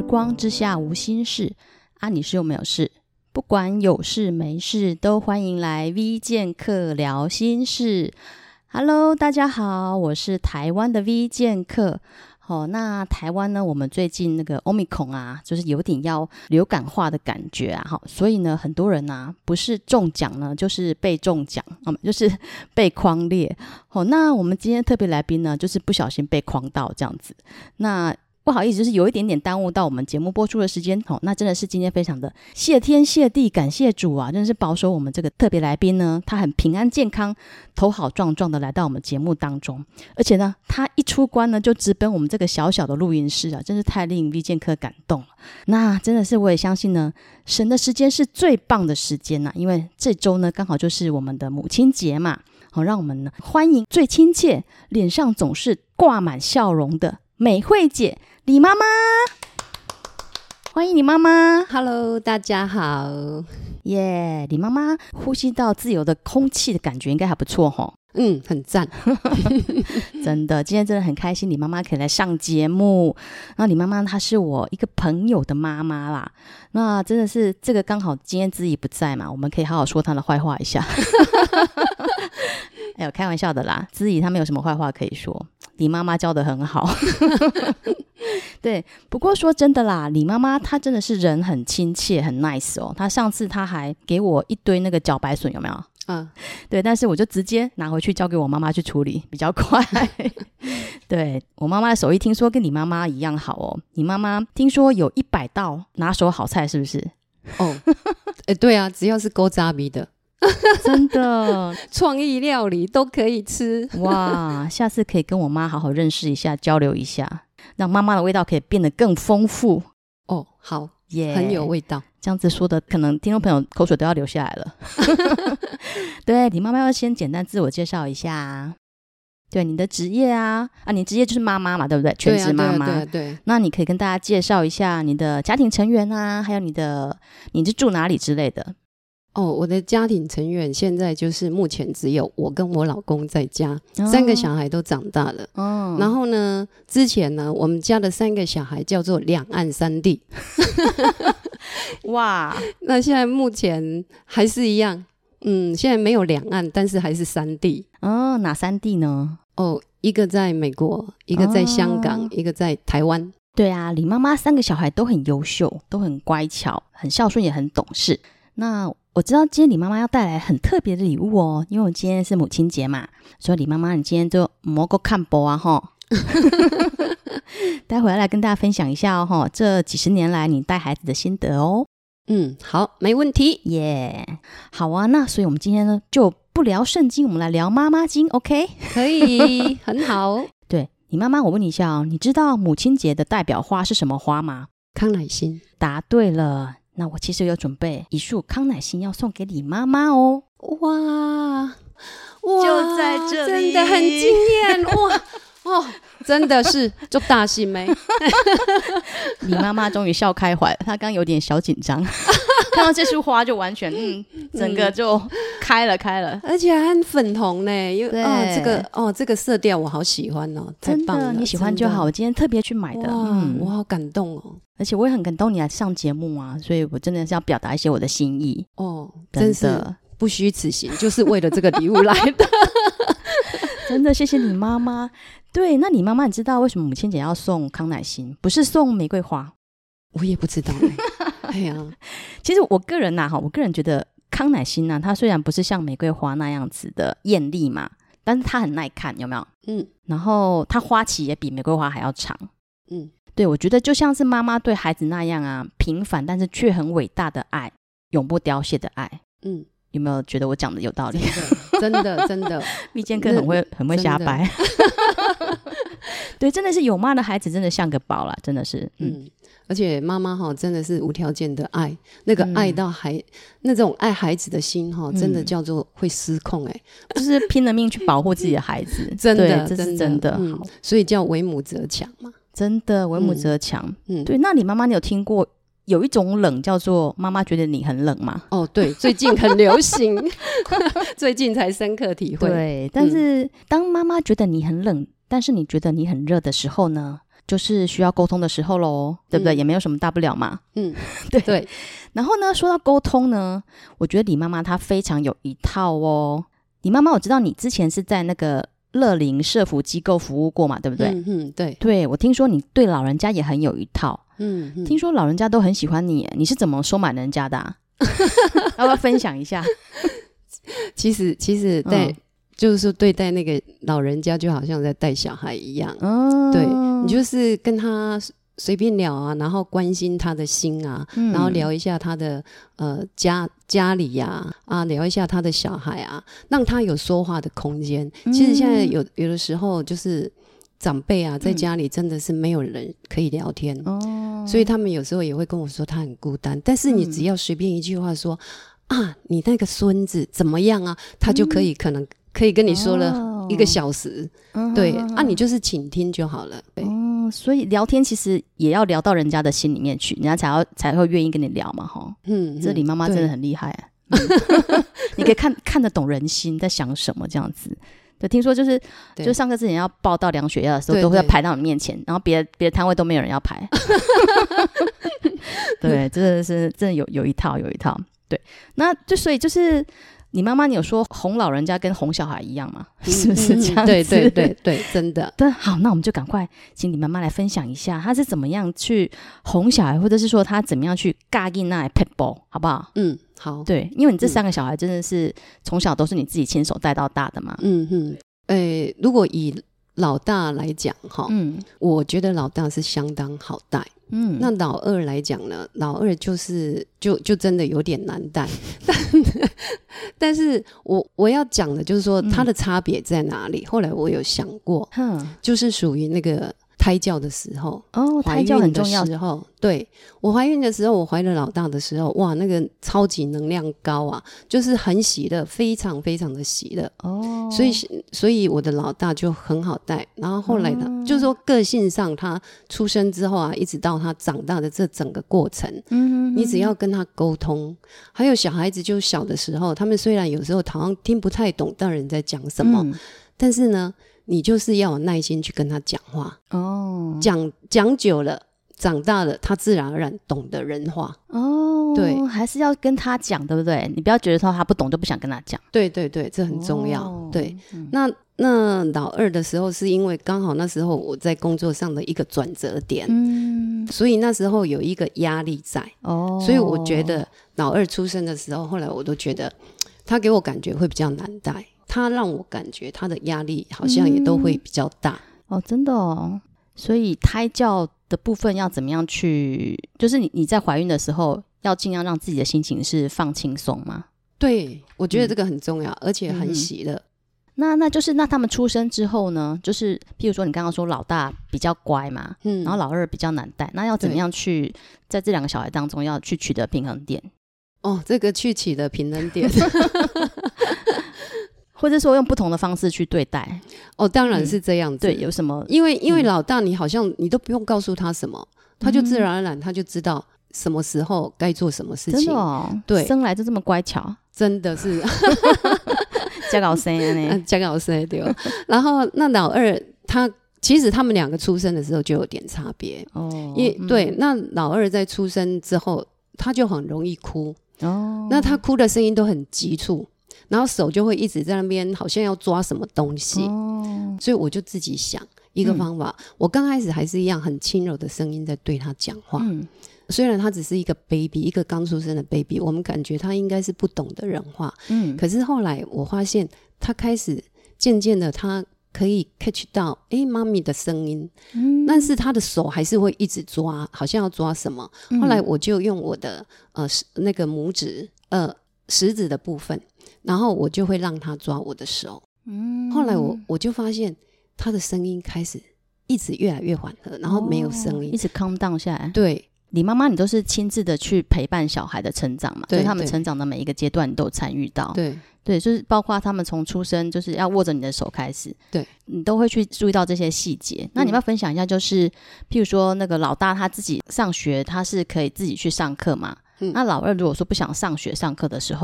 光之下无心事啊，你是有没有事？不管有事没事，都欢迎来 V 剑客聊心事。Hello， 大家好，我是台湾的 V 剑客。那台湾呢，我们最近那个 Omicron 啊，就是有点要流感化的感觉啊，所以呢，很多人啊，不是中奖呢，就是被中奖，就是被框列。那我们今天特别来宾呢，就是不小心被框到这样子。那不好意思，就是有一点点耽误到我们节目播出的时间。那真的是今天非常的谢天谢地感谢主啊，真的是保守我们这个特别来宾呢，他很平安健康，头好壮壮的来到我们节目当中。而且呢，他一出关呢，就直奔我们这个小小的录音室啊，真是太令 V 剑客感动了。那真的是我也相信呢，神的时间是最棒的时间啊，因为这周呢刚好就是我们的母亲节嘛。让我们呢欢迎最亲切，脸上总是挂满笑容的美慧姐李妈妈，欢迎李妈妈。 Hello， 大家好耶，李妈妈呼吸到自由的空气的感觉应该还不错齁。 很赞真的，今天真的很开心李妈妈可以来上节目。那李妈妈她是我一个朋友的妈妈啦，那真的是这个刚好今天姿怡不在嘛，我们可以好好说她的坏话一下哎呦，开玩笑的啦，姿怡她没有什么坏话可以说，李妈妈教得很好对，不过说真的啦，李妈妈她真的是人很亲切很 nice 哦。她上次她还给我一堆那个茭白笋，有没有？对，但是我就直接拿回去交给我妈妈去处理，比较快对，我妈妈的手艺听说跟你妈妈一样好哦。你妈妈听说有100道拿手好菜，是不是？ 对啊，只要是勾扎比的真的创意料理都可以吃哇，下次可以跟我妈好好认识一下，交流一下，让妈妈的味道可以变得更丰富。 好 Yeah， 很有味道。 这样子说的可能听众朋友口水都要流下来了对，你妈妈要先简单自我介绍一下。对，你的职业啊，你职业就是妈妈嘛，对不对？全职妈妈。 对， 那你可以跟大家介绍一下你的家庭成员啊，还有你是住哪里之类的。 我的家庭成员现在就是目前只有我跟我老公在家，3个小孩都长大了。然后呢，之前呢，我们家的3个小孩叫做两岸三地哇，那现在目前还是一样，现在没有两岸，但是还是3地。 哪3地呢？ 一个在美国，一个在香港，一个在台湾。 对啊，李妈妈3个小孩都很优秀，都很乖巧，很孝顺，也很懂事。那我知道今天李妈妈要带来很特别的礼物哦，因为我们今天是母亲节嘛，所以李妈妈你今天就莫够看播啊齁待会要来跟大家分享一下哦，这几十年来你带孩子的心得哦。 好，没问题耶好啊，那所以我们今天呢就不聊圣经，我们来聊妈妈经 OK？ 可以很好对，你妈妈我问你一下你知道母亲节的代表花是什么花吗？ 康乃馨。 答对了，那我其实有准备一束康乃馨要送给你妈妈哦。 哇， 就在这里， 真的很惊艳哇真的是就大心没你妈妈终于笑开怀了，她刚刚有点小紧张看到这束花就完全整个就开了而且还很粉红呢。这个色调我好喜欢哦，太棒了。 真的，你喜欢就好，我今天特别去买的。 我好感动哦， 而且我也很感动你来上节目啊，所以我真的是要表达一些我的心意真是不虚此行，就是为了这个礼物来的真的谢谢你妈妈。对，那你妈妈你知道为什么母亲节要送康乃馨，不是送玫瑰花？ 我也不知道哎呀， 其实我个人我个人觉得康乃馨它虽然不是像玫瑰花那样子的艳丽嘛，但是它很耐看，有没有？然后它花期也比玫瑰花还要长。对，我觉得就像是妈妈对孩子那样平凡但是却很伟大的爱，永不凋谢的爱。有没有觉得我讲的有道理？ 真的 V 剑客很会瞎掰对，真的是有妈的孩子真的像个宝啦，真的是。 而且妈妈真的是无条件的爱，那个爱到那种爱孩子的心真的叫做会失控就是拼了命去保护自己的孩子真的， 这是真的。 所以叫为母则强嘛， 真的为母则强。对，那你妈妈你有听过有一种冷叫做妈妈觉得你很冷吗？ 对，最近很流行最近才深刻体会。 对，但是当妈妈觉得你很冷但是你觉得你很热的时候呢， 就是需要沟通的时候咯，对不对？也没有什么大不了嘛。对。然后呢，说到沟通呢，我觉得李妈妈她非常有一套哦。李妈妈，我知道你之前是在那个乐龄社福机构服务过嘛，对不对？对，我听说你对老人家也很有一套。听说老人家都很喜欢你，你是怎么收买人家的啊？要不要分享一下？ 其实就是说对待那个老人家就好像在带小孩一样。对，你就是跟他随便聊啊，然后关心他的心啊，然后聊一下他的家里啊，聊一下他的小孩啊，让他有说话的空间。其实现在有的时候就是长辈啊，在家里真的是没有人可以聊天，所以他们有时候也会跟我说他很孤单。但是你只要随便一句话说你那个孙子怎么样啊，他就可以跟你说了1个小时。对你就是倾听就好了。对。 所以聊天其实也要聊到人家的心里面去，人家才会愿意跟你聊嘛。这李妈妈真的很厉害。你可以看得懂人心在想什么这样子。对，听说就是上课之前要报到量血压的时候，都会排到你面前，然后别的摊位都没有人要排。对，真的有一套。对，那就所以就是你妈妈，你有说哄老人家跟哄小孩一样吗？是不是这样子？对，真的。对，好，那我们就赶快请你妈妈来分享一下，她是怎么样去哄小孩，或者是说她怎么样去教囡仔撇步，好不好？ 好。 对，因为你这3个小孩真的是从小都是你自己亲手带到大的嘛。 如果以老大来讲我觉得老大是相当好带。那老二来讲呢，老二就真的有点难带。但是我要讲的就是说它的差别在哪里。后来我有想过，就是属于那个胎教的时候。胎教很重要。对，我怀孕的时候，我怀了老大的时候，哇，那个超级能量高啊，就是很喜乐，非常非常的喜乐。所以我的老大就很好带。然后后来呢，就是说个性上，他出生之后一直到他长大的这整个过程，你只要跟他沟通。还有小孩子就小的时候，他们虽然有时候好像听不太懂大人在讲什么，但是呢，你就是要有耐心去跟他讲话。讲久了，长大了，他自然而然懂得人话。对， 还是要跟他讲，对不对？你不要觉得说他不懂就不想跟他讲。 对，这很重要。对，那老二的时候，是因为刚好那时候我在工作上的一个转折点，所以那时候有一个压力在。所以我觉得老二出生的时候，后来我都觉得他给我感觉会比较难带，他让我感觉他的压力好像也都会比较大。 真的哦。所以胎教的部分要怎么样去，就是你在怀孕的时候要尽量让自己的心情是放轻松吗？ 对，我觉得这个很重要，而且很喜乐。 那就是那他们出生之后呢，就是譬如说你刚刚说老大比较乖嘛，然后老二比较难带，那要怎么样去在这2个小孩当中要去取得平衡点？ 这个去取得平衡点或者说用不同的方式去对待。 当然是这样子。 对，有什么？ 因为老大你好像你都不用告诉他什么，他就自然而然他就知道什么时候该做什么事情。 真的对， 生来就这么乖巧， 真的是加搞生呢， 加搞生对。然后那老二其实他们2个出生的时候就有点差别。因为对，那老二在出生之后他就很容易哭。那他哭的声音都很急促，然后手就会一直在那边好像要抓什么东西。所以我就自己想一个方法。我刚开始还是一样很轻柔的声音在对他讲话。虽然他只是一个 baby， 一个刚出生的 baby， 我们感觉他应该是不懂得人话。可是后来我发现他开始渐渐的他可以 catch 到妈咪的声音。但是他的手还是会一直抓，好像要抓什么。后来我就用我的那个拇指食指的部分，然后我就会让他抓我的手。后来我就发现他的声音开始一直越来越缓和，然后没有声音， 一直 calm down 下来。 对， 李妈妈你都是亲自的去陪伴小孩的成长嘛，就是他们成长的每一个阶段你都有参与到。对，就是包括他们从出生就是要握着你的手开始， 对， 你都会去注意到这些细节。那你要不要分享一下，就是譬如说那个老大他自己上学他是可以自己去上课嘛，那老二如果说不想上学上课的时候，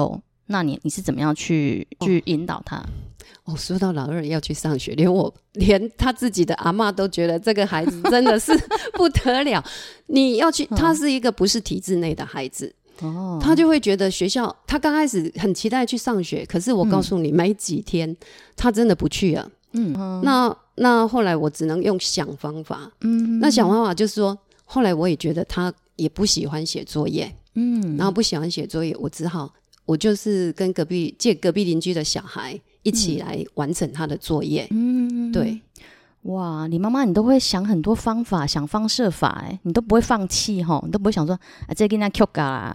那你是怎么样去引导他？ 说到老二要去上学，连他自己的阿嬷都觉得这个孩子真的是不得了。你要去，他是一个不是体制内的孩子，他就会觉得学校，他刚开始很期待去上学，可是我告诉你，没几天他真的不去了。那后来我只能用想方法。那想方法就是说，后来我也觉得他也不喜欢写作业，然后不喜欢写作业，我就是跟隔壁邻居的小孩一起来完成他的作业。对。 哇，李妈妈你都会想很多方法，想方设法，你都不会放弃齁，你都不会想说这跟他 Q 嘎啦，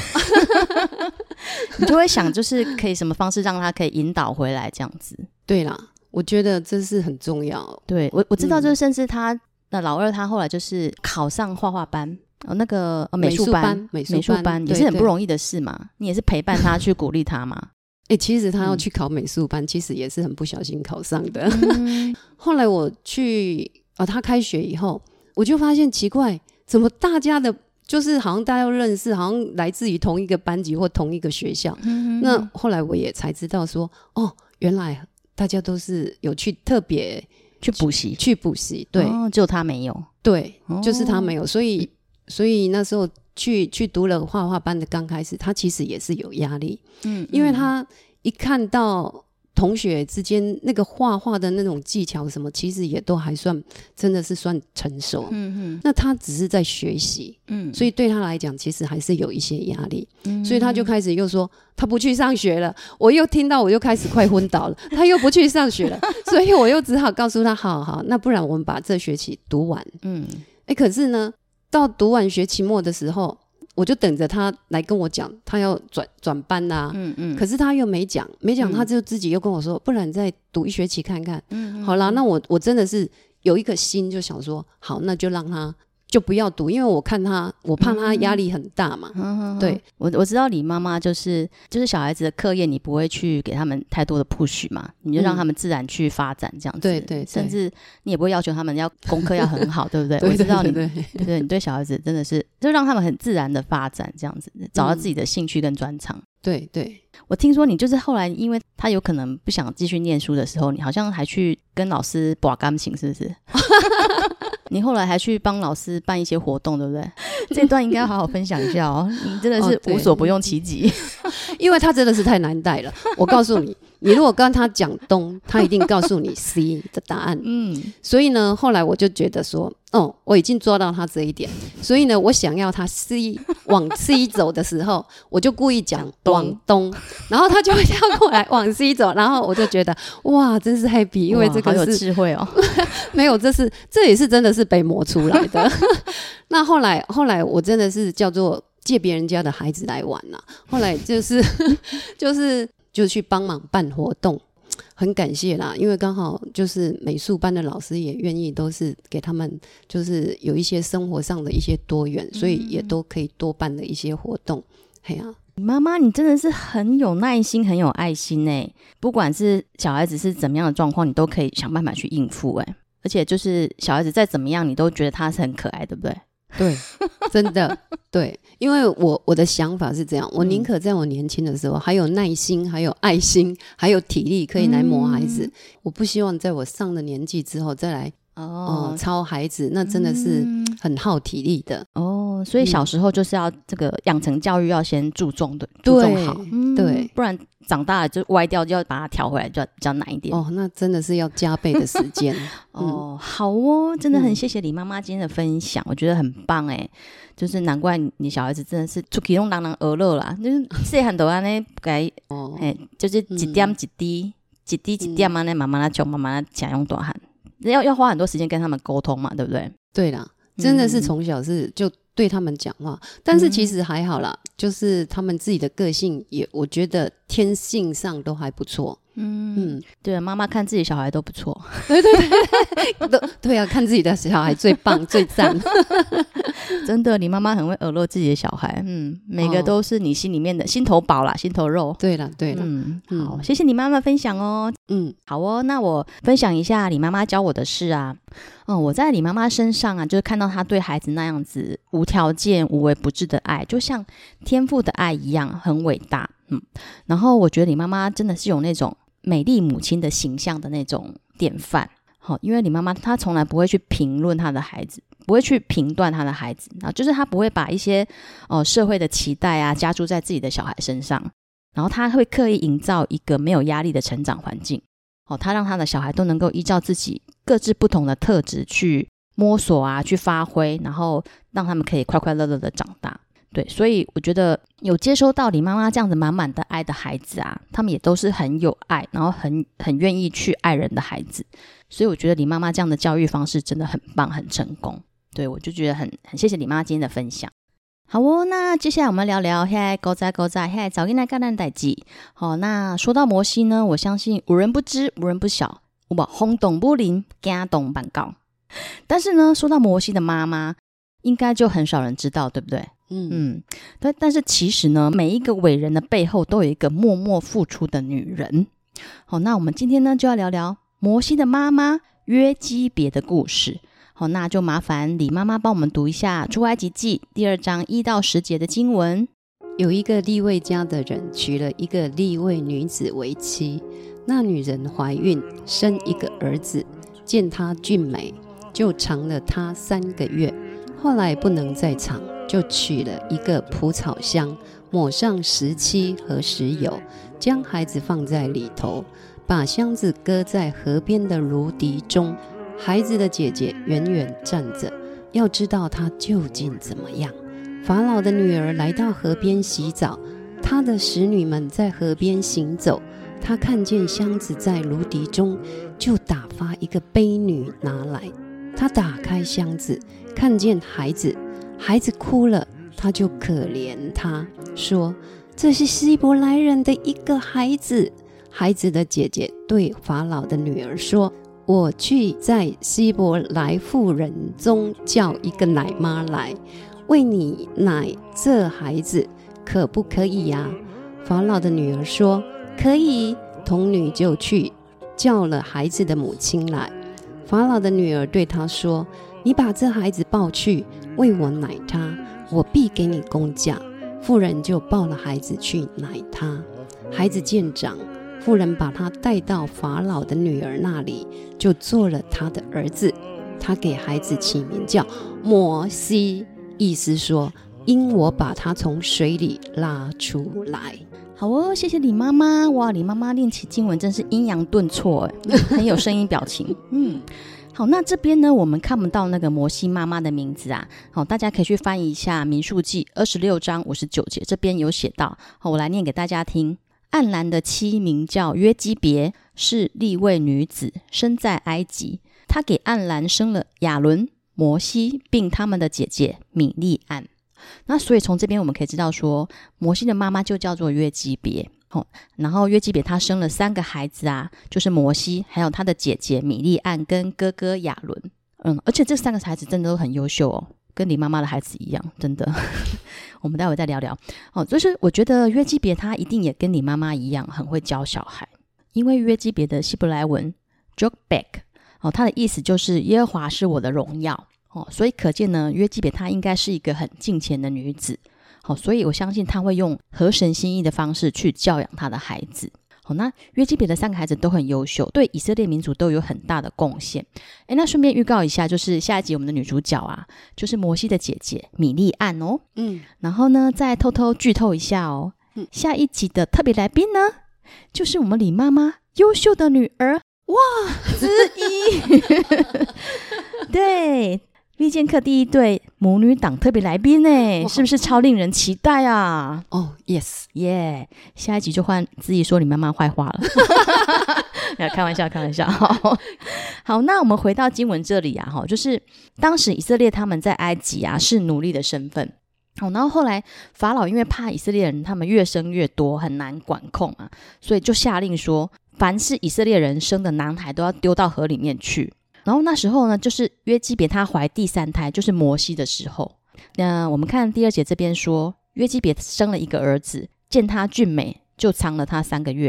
你就会想就是可以什么方式让他可以引导回来这样子。 对啦，我觉得这是很重要。 对，我知道，就是甚至他的老二他后来就是考上画画班，那个美术班也是很不容易的事嘛，你也是陪伴他去鼓励他嘛。 其实他要去考美术班，其实也是很不小心考上的。后来我去他开学以后，我就发现奇怪，怎么大家的就是好像大家都认识，好像来自于同一个班级或同一个学校。那后来我也才知道说，原来大家都是有去特别去补习。 对， 只有他没有。 对，就是他没有，所以那时候去读了画画班的刚开始，他其实也是有压力。因为他一看到同学之间那个画画的那种技巧什么，其实也都还算真的是算成熟。那他只是在学习，所以对他来讲其实还是有一些压力。所以他就开始又说他不去上学了，我又听到我又开始快昏倒了，他又不去上学了，所以我又只好告诉他好，那不然我们把这学期读完。可是呢到读完学期末的时候，我就等着他来跟我讲他要转班啊。可是他又没讲，他就自己又跟我说，不然再读一学期看看。好啦，那我真的是有一个心就想说，好，那就让他就不要读，因为我怕他压力很大嘛。对， 我知道李妈妈就是小孩子的课业你不会去给他们太多的 push 嘛，你就让他们自然去发展这样子。对，甚至你也不会要求他们要功课要很好，对不对？我知道你你对小孩子真的是就让他们很自然的发展这样子，找到自己的兴趣跟专长。 对， 我听说你就是后来因为他有可能不想继续念书的时候，你好像还去跟老师拔钢琴，是不是？你后来还去帮老师办一些活动，对不对？这段应该要好好分享一下哦。你真的是无所不用其极。 因为他真的是太难带了。我告诉你，你如果跟他讲东，他一定告诉你 C 的答案。所以呢，后来我就觉得说，我已经做到他这一点，所以呢，我想要他 C 往 C 走的时候，我就故意讲往东，然后他就会跳过来往 C 走，然后我就觉得哇，真是 happy， 因为这个是好有智慧哦。 没有，这也是真的是被磨出来的。那后来我真的是叫做借别人家的孩子来玩啦。后来就去帮忙办活动。很感谢啦，因为刚好就是美术班的老师也愿意都是给他们就是有一些生活上的一些多元，所以也都可以多办的一些活动。 妈妈你真的是很有耐心很有爱心耶，不管是小孩子是怎么样的状况，你都可以想办法去应付耶。而且就是小孩子再怎么样你都觉得他是很可爱，对不对？ 对，真的对，因为我的想法是这样，我宁可在我年轻的时候还有耐心还有爱心还有体力可以来磨孩子，我不希望在我上了年纪之后再来操孩子，那真的是很耗体力的。 所以小时候就是要这个养成教育要先注重好， 对， 不然长大了就歪掉，就要把它调回来，就要比较难一点。 那真的是要加倍的时间。 好哦，真的很谢谢李妈妈今天的分享，我觉得很棒哎，就是难怪你小孩子真的是出去弄人儿乐啦，就是细汉都安尼该就是一点一滴一滴一点安尼慢慢的教慢慢的强用大汉，要花很多时间跟他们沟通嘛，对不对？ 对啦，真的是从小是就对他们讲话，但是其实还好啦，就是他们自己的个性也我觉得天性上都还不错。 对，妈妈看自己小孩都不错。 对啊，看自己的小孩最棒最赞。 真的，你妈妈很会耳乐自己的小孩，每个都是你心里面的心头宝啦，心头肉。 对啦， 好，谢谢你妈妈分享哦。好哦，那我分享一下李妈妈教我的事啊。我在李妈妈身上啊，就是看到她对孩子那样子无条件无微不至的爱，就像天父的爱一样，很伟大。 然后我觉得李妈妈真的是有那种美丽母亲的形象的那种典范。因为李妈妈她从来不会去评论她的孩子，不会去评断她的孩子，就是她不会把一些社会的期待啊加注在自己的小孩身上，然后她会刻意营造一个没有压力的成长环境。她让她的小孩都能够依照自己各自不同的特质去摸索啊，去发挥，然后让他们可以快快乐乐的长大。对，所以我觉得有接收到李妈妈这样子满满的爱的孩子啊，他们也都是很有爱，然后很愿意去爱人的孩子。所以我觉得李妈妈这样的教育方式真的很棒，很成功。对，我就觉得很谢谢李妈妈今天的分享。好哦，那接下来我们聊聊现在古早现在早囡仔干咱代志。那说到摩西呢，我相信无人不知无人不晓，有没有轰动武林惊动万国。但是呢，说到摩西的妈妈，应该就很少人知道，对不对？但是其实呢，每一个伟人的背后都有一个默默付出的女人。那我们今天呢就要聊聊摩西的妈妈约基别的故事。那就麻烦李妈妈帮我们读一下出埃及记第2章1到10节的经文。 有一个利未家的人娶了一个利未女子为妻，那女人怀孕生一个儿子，见她俊美，就尝了她3个月，后来不能再尝，就取了一个蒲草箱，抹上石漆和石油，将孩子放在里头，把箱子搁在河边的芦荻中。孩子的姐姐远远站着，要知道他究竟怎么样。法老的女儿来到河边洗澡，她的使女们在河边行走，她看见箱子在芦荻中，就打发一个婢女拿来。她打开箱子，看见孩子，孩子哭了，她就可怜他，说：这是希伯来人的一个孩子。孩子的姐姐对法老的女儿说：我去在希伯来妇人中叫一个奶妈来，为你奶这孩子，可不可以呀？法老的女儿说：可以。童女就去叫了孩子的母亲来。法老的女儿对她说：你把这孩子抱去，为我奶他，我必给你工价。妇人就抱了孩子去奶他。孩子渐长，妇人把他带到法老的女儿那里，就做了他的儿子。他给孩子起名叫摩西，意思说因我把他从水里拉出来。 好哦，谢谢李妈妈。哇，李妈妈念起经文真是阴阳顿挫，很有声音表情。好，那这边呢我们看不到那个摩西妈妈的名字啊。大家可以去翻译一下民数记26章59节，这边有写到。我来念给大家听。暗兰的妻名叫约基别，是利未女子，生在埃及。她给暗兰生了亚伦、摩西，并他们的姐姐米利暗。那所以从这边我们可以知道说，摩西的妈妈就叫做约基别。然后约基别他生了3个孩子啊，就是摩西，还有他的姐姐米利暗跟哥哥亚伦。而且这3个孩子真的都很优秀哦，跟你妈妈的孩子一样，真的。我们待会再聊聊。就是我觉得约基别他一定也跟你妈妈一样很会教小孩，因为约基别的希伯来文 Jokbek，它的意思就是耶和华是我的荣耀。所以可见呢，约基别她应该是一个很敬虔的女子。所以我相信她会用合神心意的方式去教养她的孩子。那约基别的3个孩子都很优秀，对以色列民族都有很大的贡献。那顺便预告一下，就是下一集我们的女主角啊，就是摩西的姐姐米利暗哦。然后呢，再偷偷剧透一下哦。下一集的特别来宾呢，就是我们李妈妈优秀的女儿之一。对。V 剑客第一对母女档特别来宾呢，是不是超令人期待啊 ？Yes， 耶！下一集就换自己说你妈妈坏话了。开玩笑。好，那我们回到经文这里啊，就是当时以色列他们在埃及啊是奴隶的身份。然后后来法老因为怕以色列人他们越生越多，很难管控啊，所以就下令说，凡是以色列人生的男孩都要丢到河里面去。然后那时候呢，就是约基别他怀第3胎，就是摩西的时候。那我们看第2节这边说，约基别生了一个儿子，见他俊美，就藏了他3个月。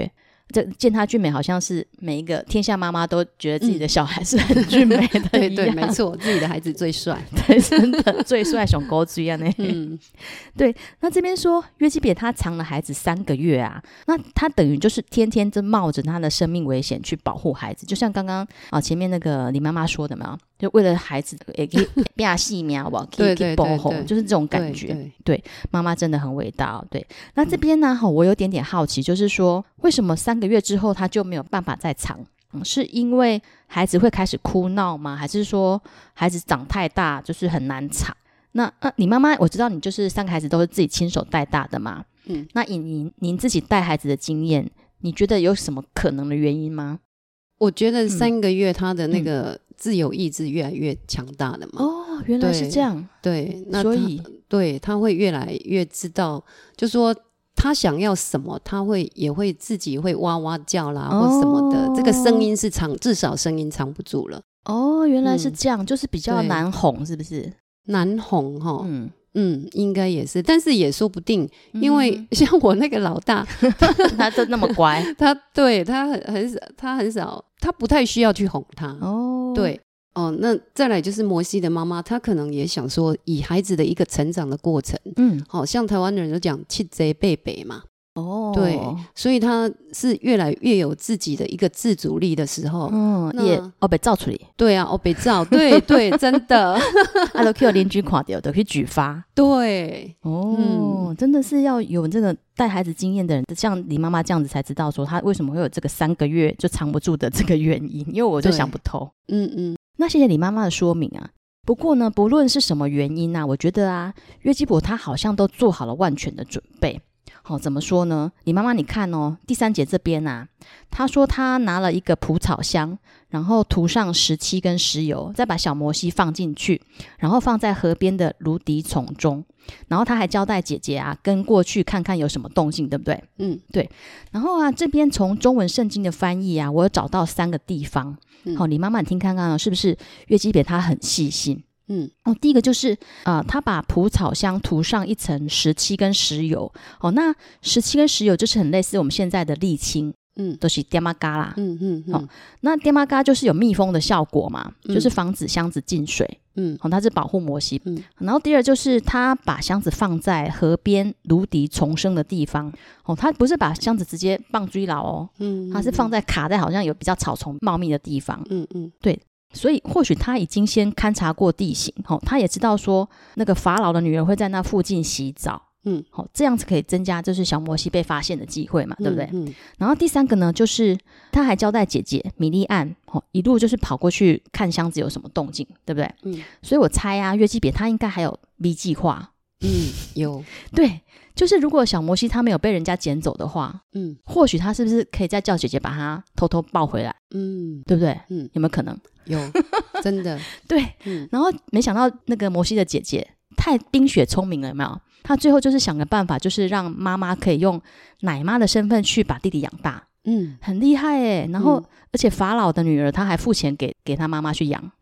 这健他俊美好像是每一个天下妈妈都觉得自己的小孩是很俊美的对对，没错，自己的孩子最帅对，真的最帅熊狗追啊对，那这边说约基别他藏了孩子3个月啊，那他等于就是天天就冒着他的生命危险去保护孩子，就像刚刚前面那个李妈妈说的嘛，就为了孩子也可以变细苗吧，可以保护，就是这种感觉。对，妈妈真的很伟大对，那这边呢，我有点好奇，就是说为什么3个月之后他就没有办法再藏？是因为孩子会开始哭闹吗？还是说孩子长太大就是很难藏？那你妈妈我知道你就是3个孩子都是自己亲手带大的嘛，那以您自己带孩子的经验，你觉得有什么可能的原因吗？ 我觉得3个月他的那个自由意志越来越强大了嘛。 哦，原来是这样。 对，那所以对他会越来越知道，就说他想要什么，他也会自己会哇哇叫啦，或什么的。这个声音是至少声音藏不住了。 哦，原来是这样，就是比较难哄，是不是？ 难哄哈。应该也是，但是也说不定，因为像我那个老大， 他就那么乖， 他很少，他不太需要去哄他。对。那再来就是摩西的妈妈，她可能也想说，以孩子的一个成长的过程，像台湾人就讲七贼贝贝嘛。对，所以他是越来越有自己的一个自主力的时候， 也被造出来， 对啊，被造，对对，真的， 都去邻居看到，都去举发， 对， 真的是要有这个带孩子经验的人，像李妈妈这样子才知道说，他为什么会有这个3个月就藏不住的这个原因，因为我就想不透。那谢谢李妈妈的说明啊。不过呢，不论是什么原因啊，我觉得啊，约基伯他好像都做好了万全的准备。怎么说呢？李妈妈你看第3节这边啊，他说他拿了一个蒲草箱，然后涂上17根石油，再把小摩西放进去，然后放在河边的芦荻丛中，然后他还交代姐姐啊跟过去看看有什么动静，对不对？对。然后啊，这边从中文圣经的翻译啊，我有找到3个地方。李妈妈你听看看是不是约基别他很细心？第一个就是他把蒲草箱涂上一层17根石油。那17根石油就是很类似我们现在的沥青，都是颠马嘎啦。那颠马嘎就是有密封的效果嘛，就是防止箱子进水。它是保护摩西。然后第二就是他把箱子放在河边芦荻丛生的地方。他不是把箱子直接放追牢他是放在卡在好像有比较草丛茂密的地方。对。所以或许他已经先勘察过地形，他也知道说那个法老的女儿会在那附近洗澡，这样子可以增加就是小摩西被发现的机会嘛，对不对？然后第3个呢，就是他还交代姐姐米利暗一路就是跑过去看箱子有什么动静，对不对？所以我猜啊，约基别他应该还有 B 计划。 有。对， 就是如果小摩西他没有被人家捡走的话，或许他是不是可以再叫姐姐把他偷偷抱回来？对不对？有没有可能？ 有，真的。 对。然后没想到那个摩西的姐姐太冰雪聪明了，有没有？她最后就是想个办法，就是让妈妈可以用奶妈的身份去把弟弟养大。很厉害耶。然后而且法老的女儿她还付钱给她妈妈去养。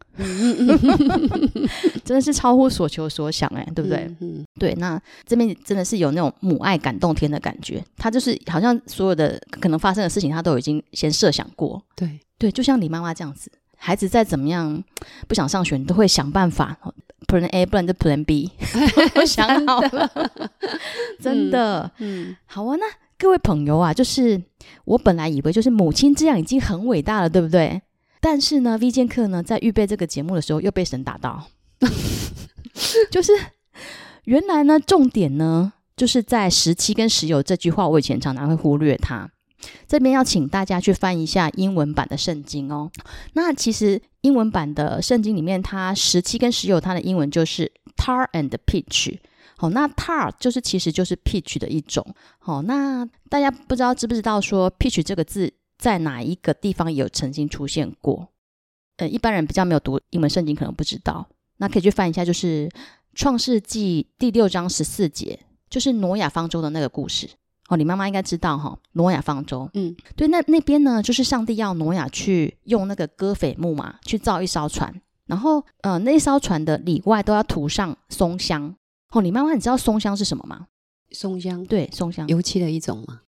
真的是超乎所求所想对不对？对，那这边真的是有那种母爱感动天的感觉，他就是好像所有的可能发生的事情他都已经先设想过。对，就像李妈妈这样子，孩子再怎么样不想上学，你都会想办法 Plan A 不然就 Plan B 都想好了。真的。好啊，那各位朋友啊，就是我本来以为就是母亲这样已经很伟大了，对不对？但是呢 V 剑客呢在预备这个节目的时候又被神打到。就是原来呢重点呢就是在17跟石油这句话，我以前常常会忽略它。这边要请大家去翻一下英文版的圣经那其实英文版的圣经里面，它17跟石油它的英文就是 tar and pitch。那 tar 其实就是 pitch 的一种。那大家不知道知不知道说 pitch 这个字在哪一个地方有曾经出现过？一般人比较没有读英文圣经可能不知道，那可以去翻一下，就是创世纪第6章14节，就是挪亚方舟的那个故事。你妈妈应该知道挪亚方舟。对，那边呢就是上帝要挪亚去用那个戈斐木嘛，去造一艘船，然后那一艘船的里外都要涂上松香。你妈妈你知道松香是什么吗？ 松香？ 对，松香， 油漆的一种吗？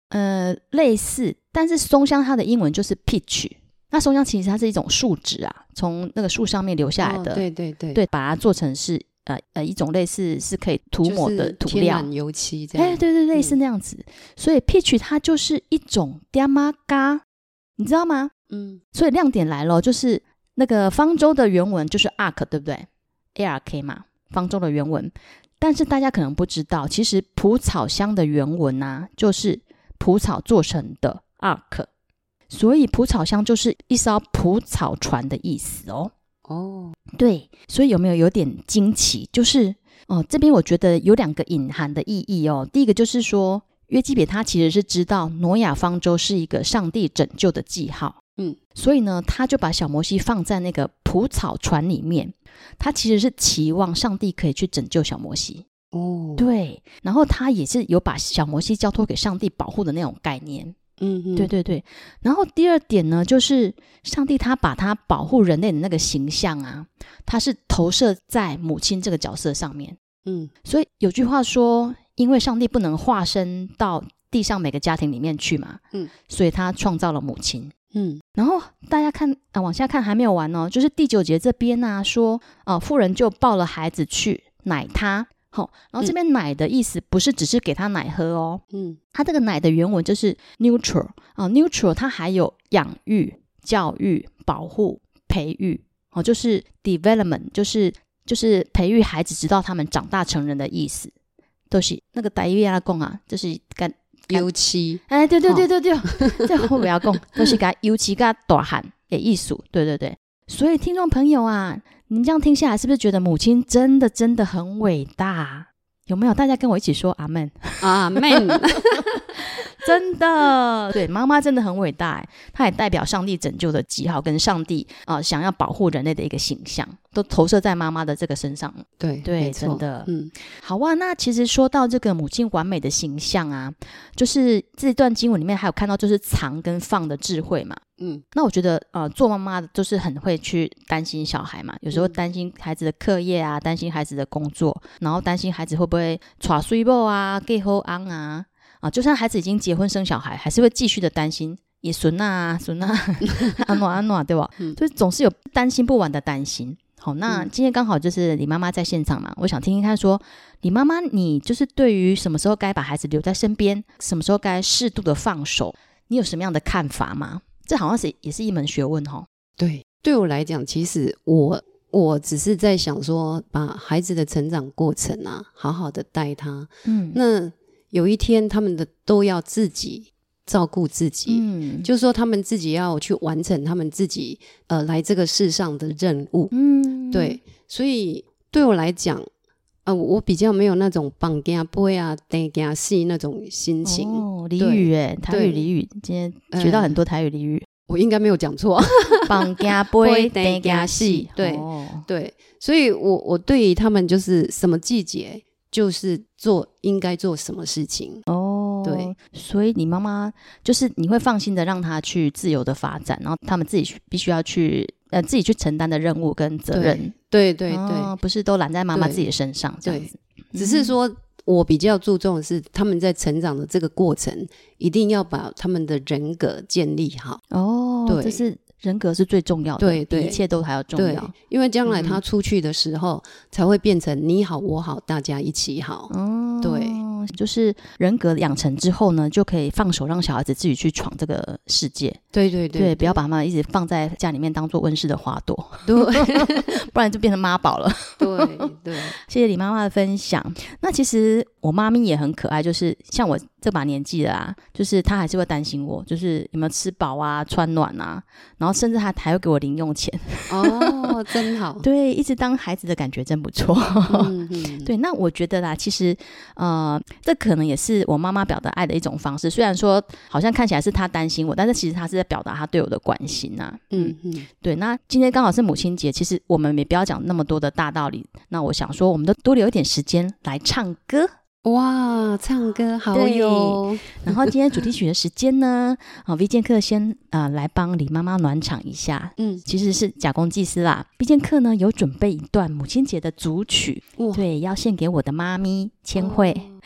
类似，但是松香它的英文就是 peach。那松香其实它是一种树脂啊，从那个树上面流下来的， 对对对， 对，把它做成是一种类似是可以涂抹的涂料， 天然油漆这样。 对对，类似那样子。所以 peach 它就是一种嗲玛嘎，你知道吗？所以亮点来了，就是那个方舟的原文就是 ark， 对不对？ ARK 嘛，方舟的原文。但是大家可能不知道，其实蒲草香的原文啊，就是蒲草做成的 ark， 所以蒲草香就是一艘蒲草船的意思哦。对，所以有点惊奇，就是这边我觉得有2个隐含的意义哦。第一个就是说，约基别他其实是知道挪亚方舟是一个上帝拯救的记号，所以呢，他就把小摩西放在那个蒲草船里面，他其实是期望上帝可以去拯救小摩西。对，然后他也是有把小摩西交托给上帝保护的那种概念。对对对。然后第2点呢，就是上帝他把他保护人类的那个形象啊，他是投射在母亲这个角色上面。所以有句话说，因为上帝不能化身到地上每个家庭里面去嘛，所以他创造了母亲。然后大家看往下看还没有完哦，就是第9节这边啊说，妇人就抱了孩子去奶他。然后这边奶的意思不是只是给他奶喝哦，它这个奶的原文就是 neutral neutral 它还有养育、教育、保护、培育就是 development 就是培育孩子直到他们长大成人的意思，都是那个台语要讲啊，就是跟油漆， 对，这我要讲都是跟油漆跟大汉的意思，对。所以听众朋友啊，你们这样听下来是不是觉得母亲真的很伟大？有没有？大家跟我一起说阿们阿们真的，对，妈妈真的很伟大，她也代表上帝拯救的记号，跟上帝想要保护人类的一个形象，都投射在妈妈的这个身上。对，真的。好啊。那其实说到这个母亲完美的形象啊，就是这段经文里面还有看到就是藏跟放的智慧嘛。那我觉得做妈妈的就是很会去担心小孩嘛，有时候担心孩子的课业啊，担心孩子的工作，然后担心孩子会不会耍水某啊，给好昂啊，就算孩子已经结婚生小孩，还是会继续的担心也孙啊安暖对吧？就是总是有担心不完的担心。好，那今天刚好就是李妈妈在现场嘛，我想听听看说，李妈妈你就是对于什么时候该把孩子留在身边，什么时候该适度的放手，你有什么样的看法吗？这好像也是一门学问哦。 对我来讲，其实我只是在想说，把孩子的成长过程啊，好好的带他。那有一天他们都要自己照顾自己，就是说他们自己要去完成他们自己来这个世上的任务。对，所以对我来讲，我比较没有那种绑架背啊、带架戏那种心情。 俚语台语俚语，今天学到很多台语俚语。 我应该没有讲错， 绑架背带架戏。 对，所以我对于他们就是什么季节就是应该做什么事情。对， 所以你妈妈就是你会放心的让他去自由的发展，然后他们自己必须要去自己去承担的任务跟责任。 对， 不是都揽在妈妈自己的身上这样子。 只是说我比较注重的是他们在成长的这个过程一定要把他们的人格建立好。对， 这是人格是最重要的， 对， 比一切都还要重要。 因为将来他出去的时候才会变成你好我好大家一起好。对， 就是人格养成之后呢，就可以放手让小孩子自己去闯这个世界。对，不要把他们一直放在家里面当做温室的花朵。对，不然就变成妈宝了。 对， 谢谢李妈妈的分享。那其实我妈咪也很可爱，就是像我这把年纪了啊，就是她还是会担心我，就是有没有吃饱啊、穿暖啊，然后甚至她还会给我零用钱。 真好。 对，一直当孩子的感觉真不错。对，那我觉得啦，其实这可能也是我妈妈表达爱的一种方式，虽然说好像看起来是她担心我，但是其实她是在表达她对我的关心啊。对，那今天刚好是母亲节，其实我们也不要讲那么多的大道理，那我想说我们都多留一点时间来唱歌。 哇，唱歌好哟！ 然后今天主题曲的时间呢，V 剑客先来帮李妈妈暖场一下。其实是假公济私啦。V 剑客呢有准备一段母亲节的组曲，对，要献给我的妈咪千惠。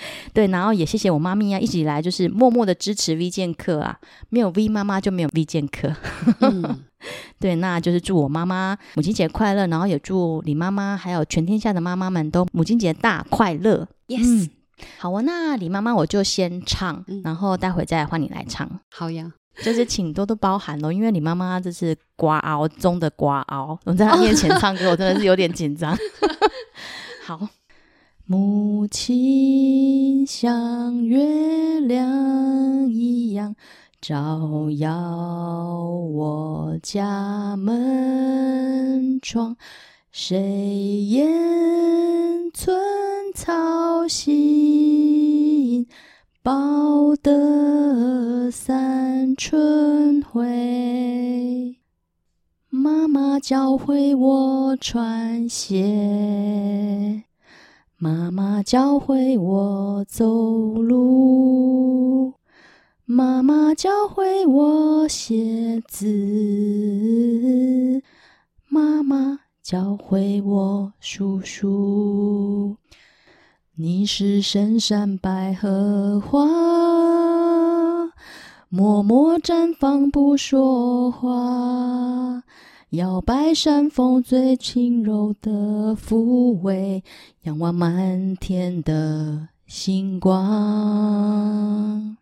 对，然后也谢谢我妈咪啊，一直以来就是默默的支持 V 健客啊，没有 V 妈妈就没有 V 健客。对，那就是祝我妈妈母亲节快乐，然后也祝李妈妈还有全天下的妈妈们都母亲节大快乐。 Yes、 好啊，那李妈妈我就先唱，然后待会再换你来唱。 好呀， 就是请多多包涵哦，因为李妈妈这是瓜熬中的瓜熬，我在她面前唱歌我真的是有点紧张。好，母亲像月亮一样照耀我家门窗，谁言寸草心，报得三春晖。妈妈教会我穿鞋，妈妈教会我走路，妈妈教会我写字，妈妈教会我数数。你是深山百合花，默默绽放不说话，摇摆山风最轻柔的抚慰，仰望满天的星光。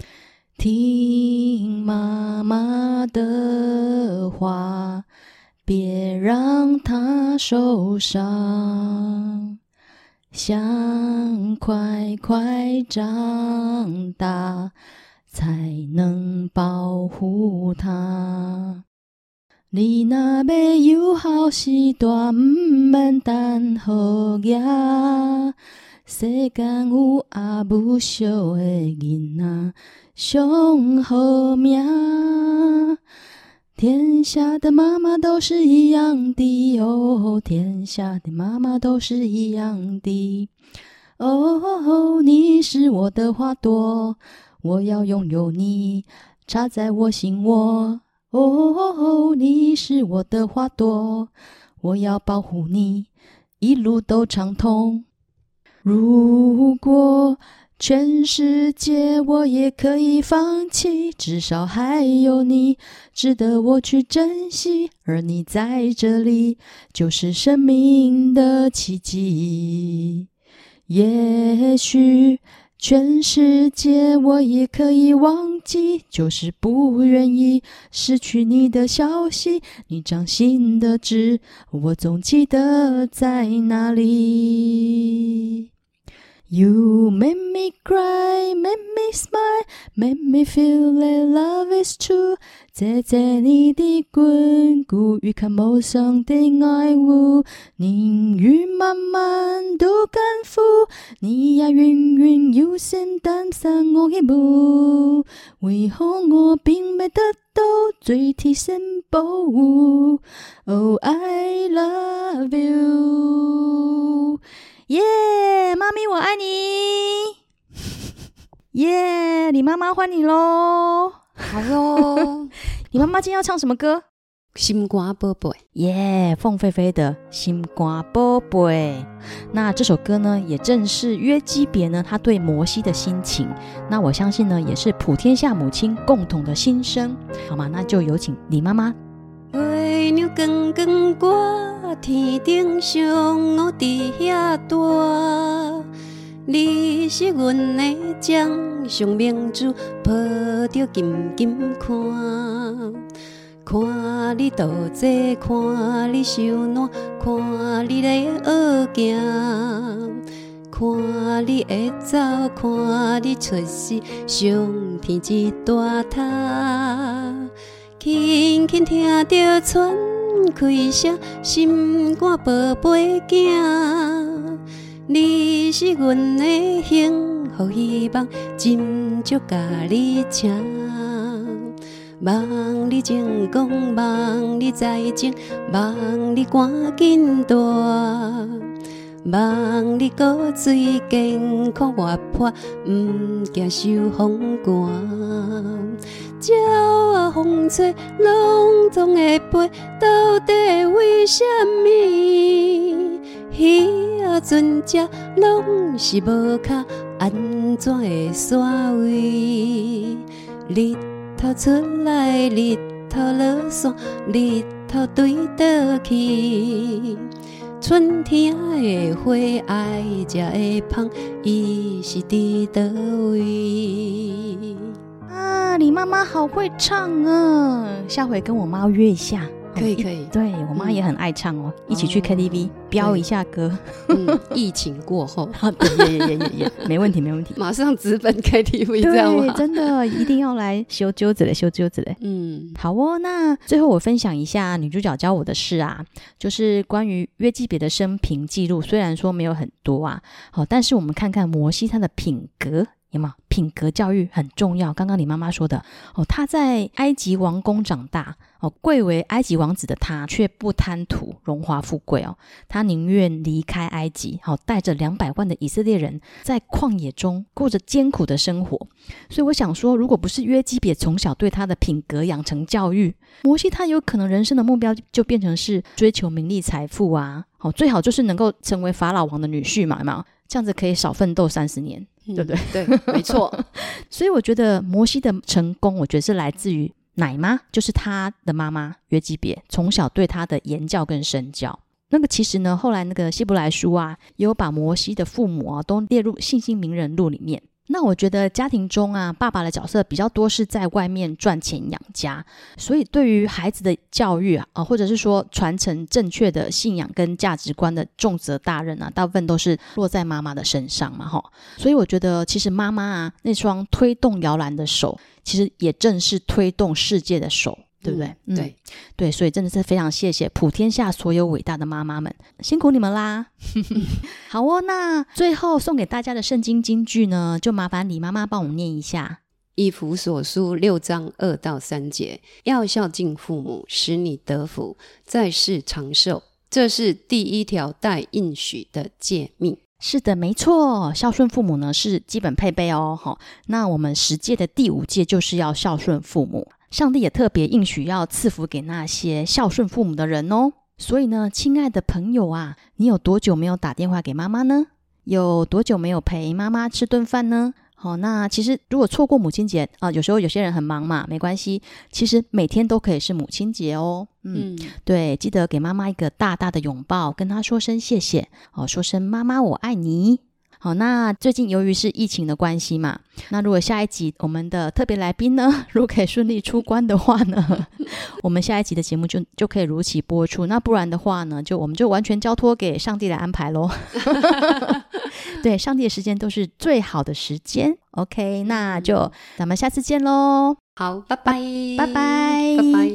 听妈妈的话，别让她受伤，想快快长大，才能保护她。你若要有好时段，不免等好夜，世间有阿母惜的囡仔上好命。天下的妈妈都是一样的哦，天下的妈妈都是一样的哦。你是我的花朵，我要拥有你，插在我心窝。哦，你是我的花朵，我要保护你，一路都畅通。如果全世界我也可以放弃，至少还有你值得我去珍惜，而你在这里就是生命的奇迹。也许全世界我也可以忘记，就是不愿意失去你的消息，你掌心的痣我总记得在哪里。You make me cry, make me smile, make me feel that love is true。 在你的眷顾与看陌生的爱护，年月慢慢都感付，你也永遠有心擔心我的夢，為何我並未得到最貼身保護。 Oh, I love you。耶，妈咪我爱你。耶，李妈妈换你咯。 好咯。 李妈妈今天要唱什么歌？ 心肝宝贝。 耶，凤飞飞的心肝宝贝。那这首歌呢，也正是约基别呢他对摩西的心情，那我相信呢也是普天下母亲共同的心声，好吗？那就有请李妈妈。 月亮光光挂，天顶上我伫遐大，你是阮的掌上明珠，抱着紧紧看，看你倒坐，看你受难，看你咧学行，看你会走，看你出世，上天一大塔。轻轻听着喘开声，心肝宝贝囝，你是阮的幸福希望，真足甲你请。望你成功，望你财前，望你赶紧大，望你骨髓健康活泼，毋惊受风寒。鸟啊风吹，拢总会飞，到底为什么？鱼啊船只，拢是无脚， 安怎会煞位？日头出来，日头落山，日头对倒去。春天的花爱食的芳，伊是伫倒位？ 啊，你妈妈好会唱啊！下回跟我妈约一下。 可以可以， 对我妈也很爱唱哦，一起去 KTV 飙一下歌。 疫情过后， 也，没问题没问题， 马上直奔 KTV， 这样吗？ 对，真的一定要来修揪子嘞，修揪子嘞。好哦，那最后我分享一下女主角教我的事啊，就是关于约基别的生平记录，虽然说没有很多啊，但是我们看看摩西他的品格。有没有品格教育很重要？刚刚你妈妈说的他在埃及王宫长大贵为埃及王子的他却不贪图荣华富贵他宁愿离开埃及带着200万的以色列人在旷野中过着艰苦的生活。所以我想说，如果不是约基别从小对他的品格养成教育，摩西他有可能人生的目标就变成是追求名利财富啊最好就是能够成为法老王的女婿嘛，有没有？这样子可以少奋斗30年，对不对？ 对，没错。 所以我觉得摩西的成功，我觉得是来自于奶妈，就是他的妈妈约基别从小对他的言教跟身教。那个其实呢，后来那个希伯来书啊，也有把摩西的父母都列入信心名人录里面。那我觉得家庭中啊，爸爸的角色比较多是在外面赚钱养家，所以对于孩子的教育或者是说传承正确的信仰跟价值观的重责大任啊，大部分都是落在妈妈的身上嘛所以我觉得其实妈妈啊那双推动摇篮的手，其实也正是推动世界的手，对不对？对，所以真的是非常谢谢普天下所有伟大的妈妈们，辛苦你们啦。好哦，那最后送给大家的圣经金句呢，就麻烦李妈妈帮我们念一下。 以弗所书6章2到3节，要孝敬父母，使你得福，在世长寿，这是第一条带应许的诫命。 是的，没错，孝顺父母呢是基本配备哦。那我们10诫的第5诫就是要孝顺父母，上帝也特别应许要赐福给那些孝顺父母的人哦。所以呢，亲爱的朋友啊，你有多久没有打电话给妈妈呢？有多久没有陪妈妈吃顿饭呢？那其实如果错过母亲节有时候有些人很忙嘛，没关系，其实每天都可以是母亲节哦。对，记得给妈妈一个大大的拥抱，跟她说声谢谢说声妈妈我爱你。好，那最近由于是疫情的关系嘛，那如果下一集我们的特别来宾呢，如果可以顺利出关的话呢，我们下一集的节目就可以如期播出。那不然的话呢，我们就完全交托给上帝来安排咯。对，上帝的时间都是最好的时间。OK， 那就咱们下次见咯。 好，拜拜， 拜拜， 拜拜。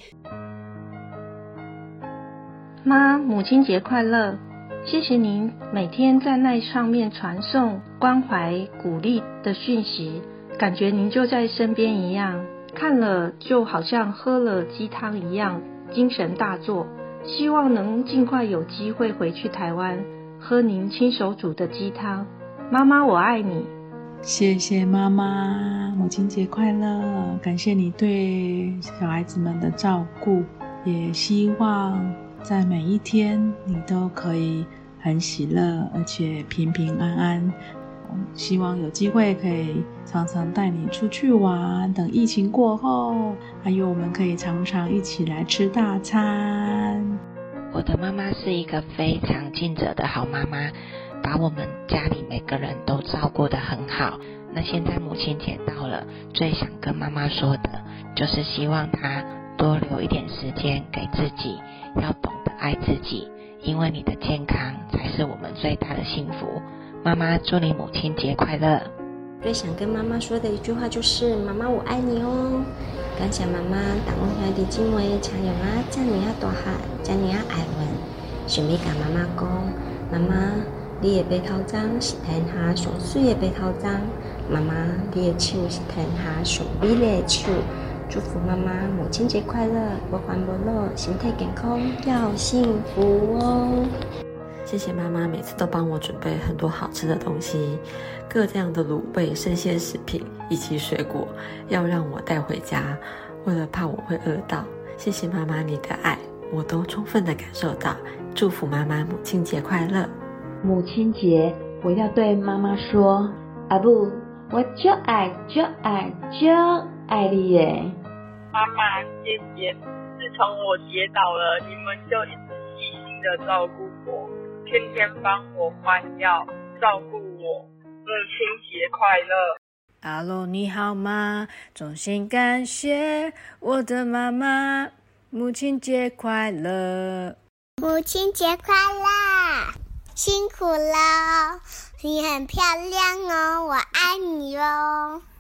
妈，母亲节快乐！谢谢您每天在那上面传送关怀鼓励的讯息，感觉您就在身边一样，看了就好像喝了鸡汤一样，精神大作。希望能尽快有机会回去台湾喝您亲手煮的鸡汤。妈妈我爱你。 谢谢妈妈，母亲节快乐！感谢你对小孩子们的照顾，也希望在每一天你都可以很喜乐，而且平平安安。希望有机会可以常常带你出去玩，等疫情过后，还有我们可以常常一起来吃大餐。 我的妈妈是一个非常尽责的好妈妈，把我们家里每个人都照顾得很好。那现在母亲节到了，最想跟妈妈说的就是希望她多留一点时间给自己，要懂得爱自己，因为你的健康才是我们最大的幸福。妈妈祝你母亲节快乐。 最想跟妈妈说的一句话就是妈妈我爱你哦。感谢妈妈当我兄弟姐妹请让我这么大汉这么爱阮，想要跟妈妈讲，妈妈你的白头鬃是天下上水的白头鬃，妈妈你的手是天下上美丽的手。祝福妈妈母亲节快乐，无烦无恼，身体健康，要幸福哦。 谢谢妈妈每次都帮我准备很多好吃的东西，各样的卤味、生鲜食品以及水果要让我带回家，为了怕我会饿到。谢谢妈妈你的爱，我都充分的感受到。祝福妈妈母亲节快乐。 母亲节我要对妈妈说， 阿母，我就爱你耶。 妈妈，谢谢。自从我跌倒了，你们就一直细心的照顾我，天天帮我换药，照顾我。母亲节快乐！ 阿罗你好吗？衷心感谢我的妈妈，母亲节快乐！ 母亲节快乐！辛苦了，你很漂亮哦，我爱你哦。